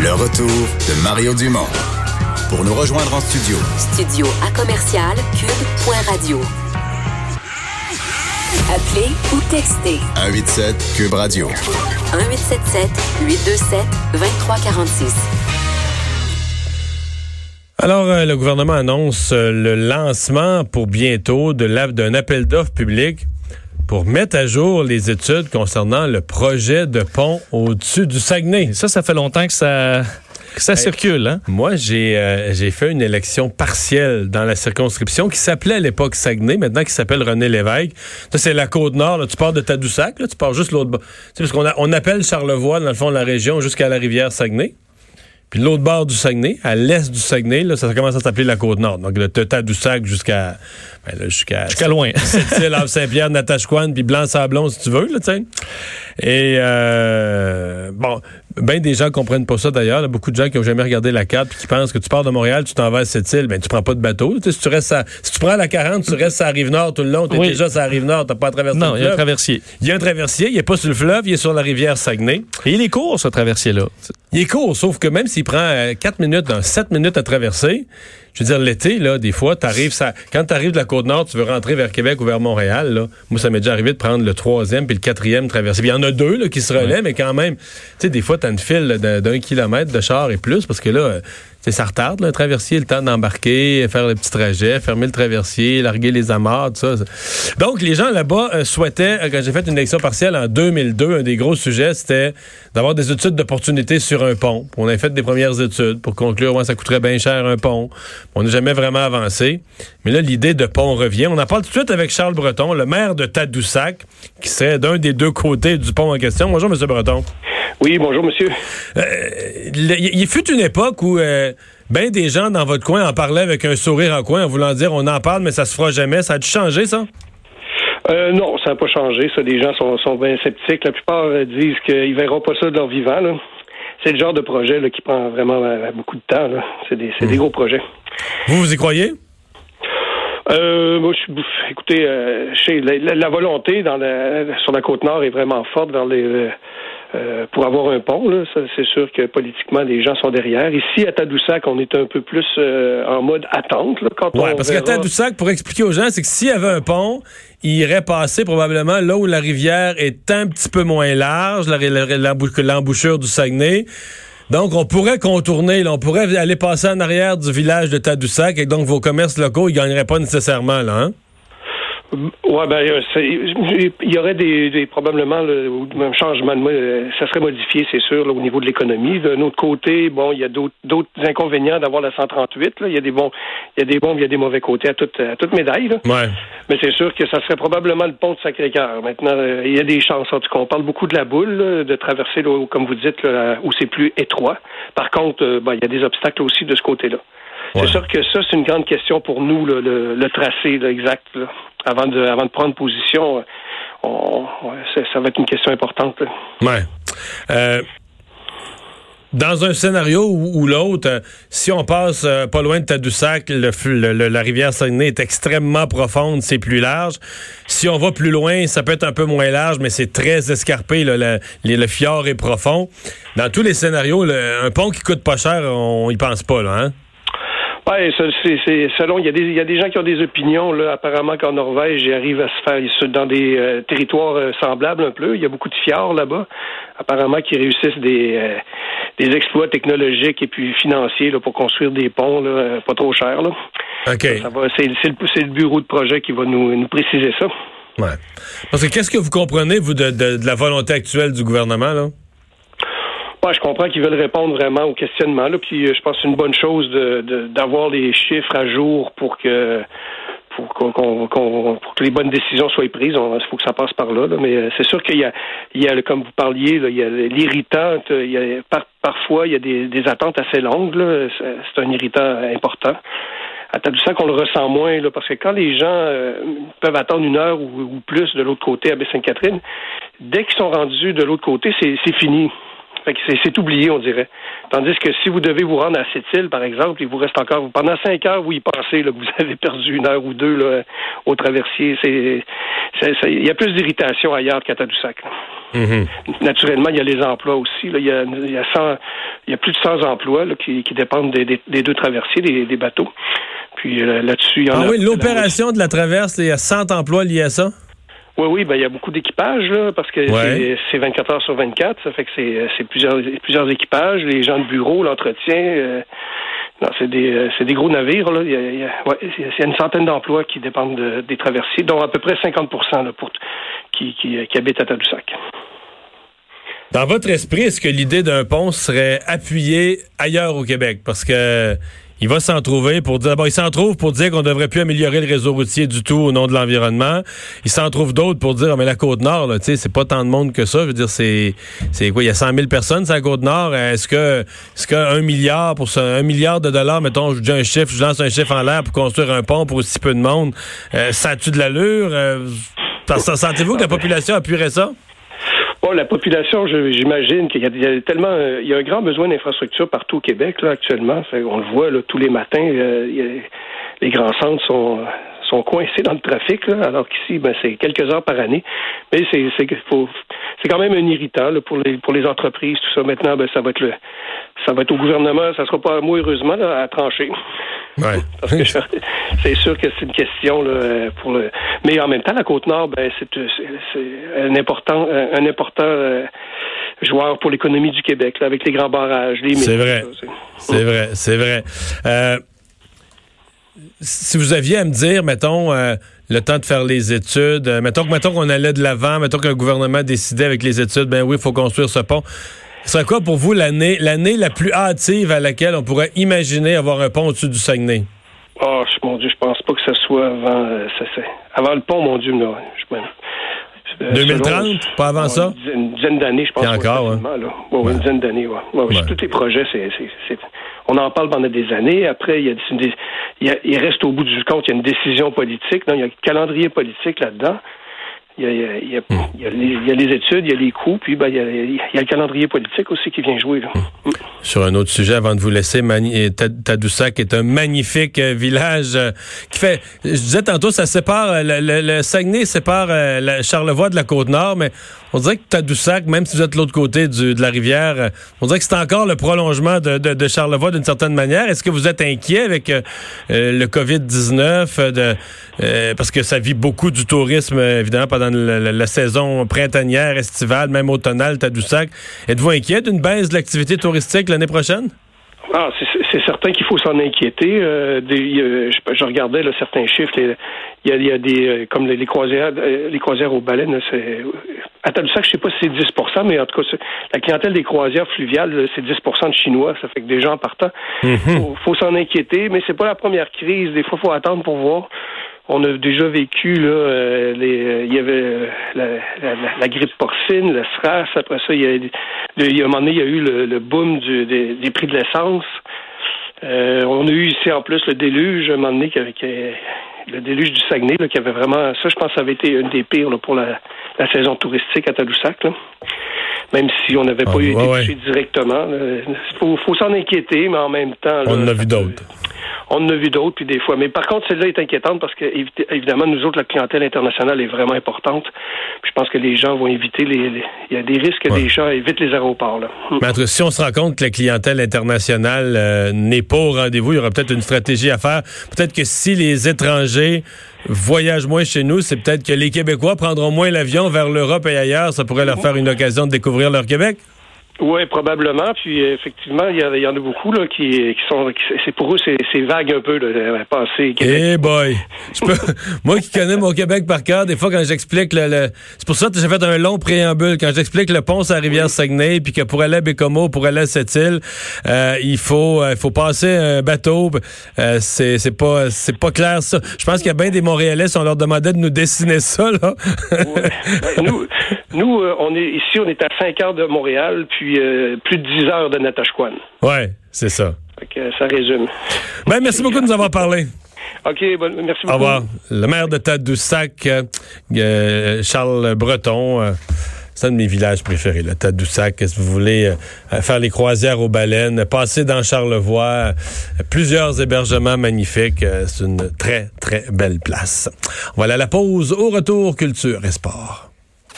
Le retour de Mario Dumont. Pour nous rejoindre en studio. Studio à commercial cube.radio. Appelez ou textez. 187 Cube Radio. 1877-827-2346. Alors, le gouvernement annonce le lancement pour bientôt d'un appel d'offres public pour mettre à jour les études concernant le projet de pont au-dessus du Saguenay. Ça fait longtemps que ça circule, hein? Moi, j'ai fait une élection partielle dans la circonscription qui s'appelait à l'époque Saguenay, maintenant qui s'appelle René Lévesque. Ça, c'est la Côte-Nord. Là. Tu pars de Tadoussac, là, tu pars juste l'autre bord. Parce qu'on appelle Charlevoix, dans le fond, la région, jusqu'à la rivière Saguenay. Puis l'autre bord du Saguenay, à l'est du Saguenay, là, ça commence à s'appeler la Côte-Nord. Donc, de Tadoussac jusqu'à loin. Sept-Îles, Havre-Saint-Pierre, Natashquan, puis Blanc-Sablon, si tu veux, là, tu sais. Et, bon, ben des gens comprennent pas ça, d'ailleurs. Là, beaucoup de gens qui ont jamais regardé la carte puis qui pensent que tu pars de Montréal, tu t'en vas à Sept-Îles, ben tu prends pas de bateau. Tu sais, si tu prends la 40, tu restes à la Rive-Nord tout le long. T'es déjà sur la Rive-Nord, t'as pas à traverser le fleuve. Non, il y a un traversier. Il y a un traversier, il est pas sur le fleuve, il est sur la rivière Saguenay. Et il est court, ce traversier-là. Il est court, sauf que même s'il prend 4 minutes, 7 minutes à traverser, je veux dire, l'été, là, des fois, quand t'arrives de la Côte-Nord, tu veux rentrer vers Québec ou vers Montréal, là. Moi, ça m'est déjà arrivé de prendre le 3e puis le 4e traversée. Puis il y en a 2, là, qui se relaient, mais quand même, tu sais, des fois, t'as une file là, d'1 kilomètre de char et plus, parce que là, ça retarde, là, un traversier, le temps d'embarquer, faire le petit trajet, fermer le traversier, larguer les amarres, tout ça. Donc, les gens là-bas souhaitaient, quand j'ai fait une élection partielle en 2002, un des gros sujets, c'était d'avoir des études d'opportunité sur un pont. On a fait des premières études pour conclure, ça coûterait bien cher un pont. On n'a jamais vraiment avancé. Mais là, l'idée de pont revient. On en parle tout de suite avec Charles Breton, le maire de Tadoussac, qui serait d'un des deux côtés du pont en question. Bonjour, M. Breton. Oui, bonjour, monsieur. Il fut une époque où ben des gens dans votre coin en parlaient avec un sourire en coin en voulant dire on en parle, mais ça se fera jamais. Ça a-tu changé, ça? Non, ça n'a pas changé. Ça, les gens sont bien sceptiques. La plupart disent qu'ils verront pas ça de leur vivant, là. C'est le genre de projet là, qui prend vraiment beaucoup de temps. Là. C'est des gros projets. Vous y croyez? Moi, écoutez, la volonté sur la Côte-Nord est vraiment forte pour avoir un pont. Là, ça, c'est sûr que politiquement, les gens sont derrière. Ici, à Tadoussac, on est un peu plus en mode attente. Là, parce qu'à Tadoussac, pour expliquer aux gens, c'est que s'il y avait un pont, il irait passer probablement là où la rivière est un petit peu moins large, l'embouchure du Saguenay. Donc, on pourrait contourner, là, on pourrait aller passer en arrière du village de Tadoussac et donc vos commerces locaux, ils gagneraient pas nécessairement, là, hein? Ouais, il y aurait probablement un changement ça serait modifié, c'est sûr, là, au niveau de l'économie. D'un autre côté, bon, il y a d'autres inconvénients d'avoir la 138. Là. Il y a des bons, il y a des mauvais côtés à toute médaille. Là. Ouais. Mais c'est sûr que ça serait probablement le pont de Sacré-Cœur. Maintenant, il y a des chances. En tout cas, on parle beaucoup de la boule, là, de traverser, là, comme vous dites, là, où c'est plus étroit. Par contre, il y a des obstacles aussi de ce côté-là. Ouais. C'est sûr que ça, c'est une grande question pour nous, là, le tracé là, exact. Là. Avant de prendre position, ça va être une question importante. Là. Ouais. Dans un scénario ou l'autre, si on passe pas loin de Tadoussac, la rivière Saguenay est extrêmement profonde, c'est plus large. Si on va plus loin, ça peut être un peu moins large, mais c'est très escarpé, là, le fjord est profond. Dans tous les scénarios, un pont qui coûte pas cher, on y pense pas, là, hein? Ouais, c'est selon. Il y a des gens qui ont des opinions là. Apparemment qu'en Norvège, ils arrivent à se faire dans des territoires semblables un peu. Il y a beaucoup de fjords là-bas. Apparemment qu'ils réussissent des exploits technologiques et puis financiers là pour construire des ponts là, pas trop chers là. Ok. C'est le bureau de projet qui va nous préciser ça. Ouais. Parce que qu'est-ce que vous comprenez vous de la volonté actuelle du gouvernement là? Je comprends qu'ils veulent répondre vraiment au questionnement. Là, puis je pense que c'est une bonne chose d'avoir les chiffres à jour pour que les bonnes décisions soient prises. Il faut que ça passe par là. Mais c'est sûr qu'il y a comme vous parliez, là, il y a l'irritant. Parfois, il y a des attentes assez longues. Là. C'est un irritant important. À Tadoussac, on le ressent moins, là, parce que quand les gens peuvent attendre 1 heure ou plus de l'autre côté à Baie-Sainte-Catherine, dès qu'ils sont rendus de l'autre côté, c'est fini. Fait que c'est oublié, on dirait. Tandis que si vous devez vous rendre à Sept-Îles, par exemple, il vous reste encore, pendant 5 heures, vous y pensez, là, que vous avez perdu 1 heure ou 2 là, au traversier. Il y a plus d'irritation ailleurs qu'à Tadoussac. Mm-hmm. Naturellement, il y a les emplois aussi. Là. Il y a il y a plus de 100 emplois là, qui dépendent des deux traversiers, des bateaux. Puis là-dessus, il y en a... Ah oui, l'opération de la traverse, il y a 100 emplois liés à ça? Oui, il y a beaucoup d'équipages, là, parce que c'est 24 heures sur 24, ça fait que c'est plusieurs équipages, les gens de bureau, l'entretien... Non, c'est des gros navires, là. Il y a une centaine d'emplois qui dépendent des traversiers, dont à peu près 50% là, qui habitent à Tadoussac. Dans votre esprit, est-ce que l'idée d'un pont serait appuyée ailleurs au Québec? Parce que il va s'en trouver pour dire... Bon, il s'en trouve pour dire qu'on devrait plus améliorer le réseau routier du tout au nom de l'environnement. Il s'en trouve d'autres pour dire, mais la Côte-Nord, là, tu sais, c'est pas tant de monde que ça. Je veux dire, c'est quoi? Il y a 100 000 personnes sur la Côte-Nord. Est-ce que 1 milliard pour ça, $1 milliard, mettons, je lance un chiffre en l'air pour construire un pont pour aussi peu de monde, ça a-tu de l'allure? Sentez-vous que la population appuierait ça? Bon, la population, j'imagine qu'il y a tellement... il y a un grand besoin d'infrastructures partout au Québec, là, actuellement. On le voit, là, tous les matins, les grands centres sont coincés dans le trafic, là, alors qu'ici, c'est quelques heures par année. Mais c'est quand même un irritant, là, pour les entreprises, tout ça. Maintenant, ça va être au gouvernement, ça sera pas à moi, heureusement, là, à trancher. Ouais. Parce que c'est sûr que c'est une question là, mais en même temps, la Côte-Nord, c'est un important joueur pour l'économie du Québec, là, avec les grands barrages, les mines. C'est vrai. Si vous aviez à me dire, mettons, le temps de faire les études, mettons qu'on allait de l'avant, mettons qu'un gouvernement décidait avec les études, oui, il faut construire ce pont. Ce serait quoi pour vous l'année la plus hâtive à laquelle on pourrait imaginer avoir un pont au-dessus du Saguenay? Oh, mon Dieu, je pense pas que ce soit avant le pont, mon Dieu, là. 2030? Pas avant ça? Une dizaine d'années, je pense. Puis encore, une dizaine d'années, Tous les projets, on en parle pendant des années. Après, il reste au bout du compte, il y a une décision politique. Non, il y a un calendrier politique là-dedans. Il y a les études, il y a les coûts, puis il y a le calendrier politique aussi qui vient jouer, là. Sur un autre sujet, avant de vous laisser, Tadoussac est un magnifique village qui fait... Je disais tantôt, ça sépare... Le Saguenay sépare Charlevoix de la Côte-Nord, mais on dirait que Tadoussac, même si vous êtes de l'autre côté de la rivière, on dirait que c'est encore le prolongement de Charlevoix d'une certaine manière. Est-ce que vous êtes inquiet avec le COVID-19? Parce que ça vit beaucoup du tourisme, évidemment, pendant la saison printanière, estivale, même automnale, Tadoussac. Êtes-vous inquiet d'une baisse de l'activité touristique l'année prochaine? Ah, c'est certain qu'il faut s'en inquiéter. Je regardais là, certains chiffres. Il y a des comme les croisières aux baleines. À Tadoussac, je sais pas si c'est 10%, mais en tout cas, la clientèle des croisières fluviales, là, c'est 10% de Chinois. Ça fait que des gens partant. Faut s'en inquiéter, mais c'est pas la première crise. Des fois, faut attendre pour voir. On a déjà vécu là, il y avait la grippe porcine, le SRAS. Après ça, il y a un moment donné, il y a eu le boom des prix de l'essence. On a eu ici en plus le déluge, un moment donné, le déluge du Saguenay, là, qui avait vraiment... Ça, je pense que ça avait été une des pires là, pour la saison touristique à Tadoussac, là. Même si on n'avait pas été touché directement. Il faut s'en inquiéter, mais en même temps... Là, on en a vu d'autres. On en a vu d'autres, puis des fois. Mais par contre, celle-là est inquiétante parce que, évidemment, nous autres, la clientèle internationale est vraiment importante. Puis je pense que les gens vont éviter il y a des risques que les gens évitent les aéroports, là. Mais entre, si on se rend compte que la clientèle internationale n'est pas au rendez-vous, il y aura peut-être une stratégie à faire. Peut-être que si les étrangers voyagent moins chez nous, c'est peut-être que les Québécois prendront moins l'avion vers l'Europe et ailleurs. Ça pourrait leur faire une occasion de découvrir leur Québec. Oui, probablement. Puis effectivement, il y en a beaucoup là qui sont. C'est pour eux, c'est vague un peu de penser. Eh boy, moi qui connais mon Québec par cœur, des fois quand j'explique c'est pour ça que j'ai fait un long préambule quand j'explique le pont sur la rivière Saguenay, puis que pour aller à Bécomo, pour aller à Sept-Îles, il faut passer un bateau. C'est pas clair ça. Je pense qu'il y a bien des Montréalais, si on leur demandait de nous dessiner ça là. Ouais. Nous, on est à 5 heures de Montréal, puis plus de 10 heures de Natashquan. Ouais, c'est ça. Fait que ça résume. Ben, merci beaucoup de nous avoir parlé. OK, merci beaucoup. Au revoir. Le maire de Tadoussac, Charles Breton, c'est un de mes villages préférés, le Tadoussac. Si vous voulez faire les croisières aux baleines, passer dans Charlevoix, plusieurs hébergements magnifiques. C'est une très, très belle place. On va aller à la pause. Au retour, culture et sport.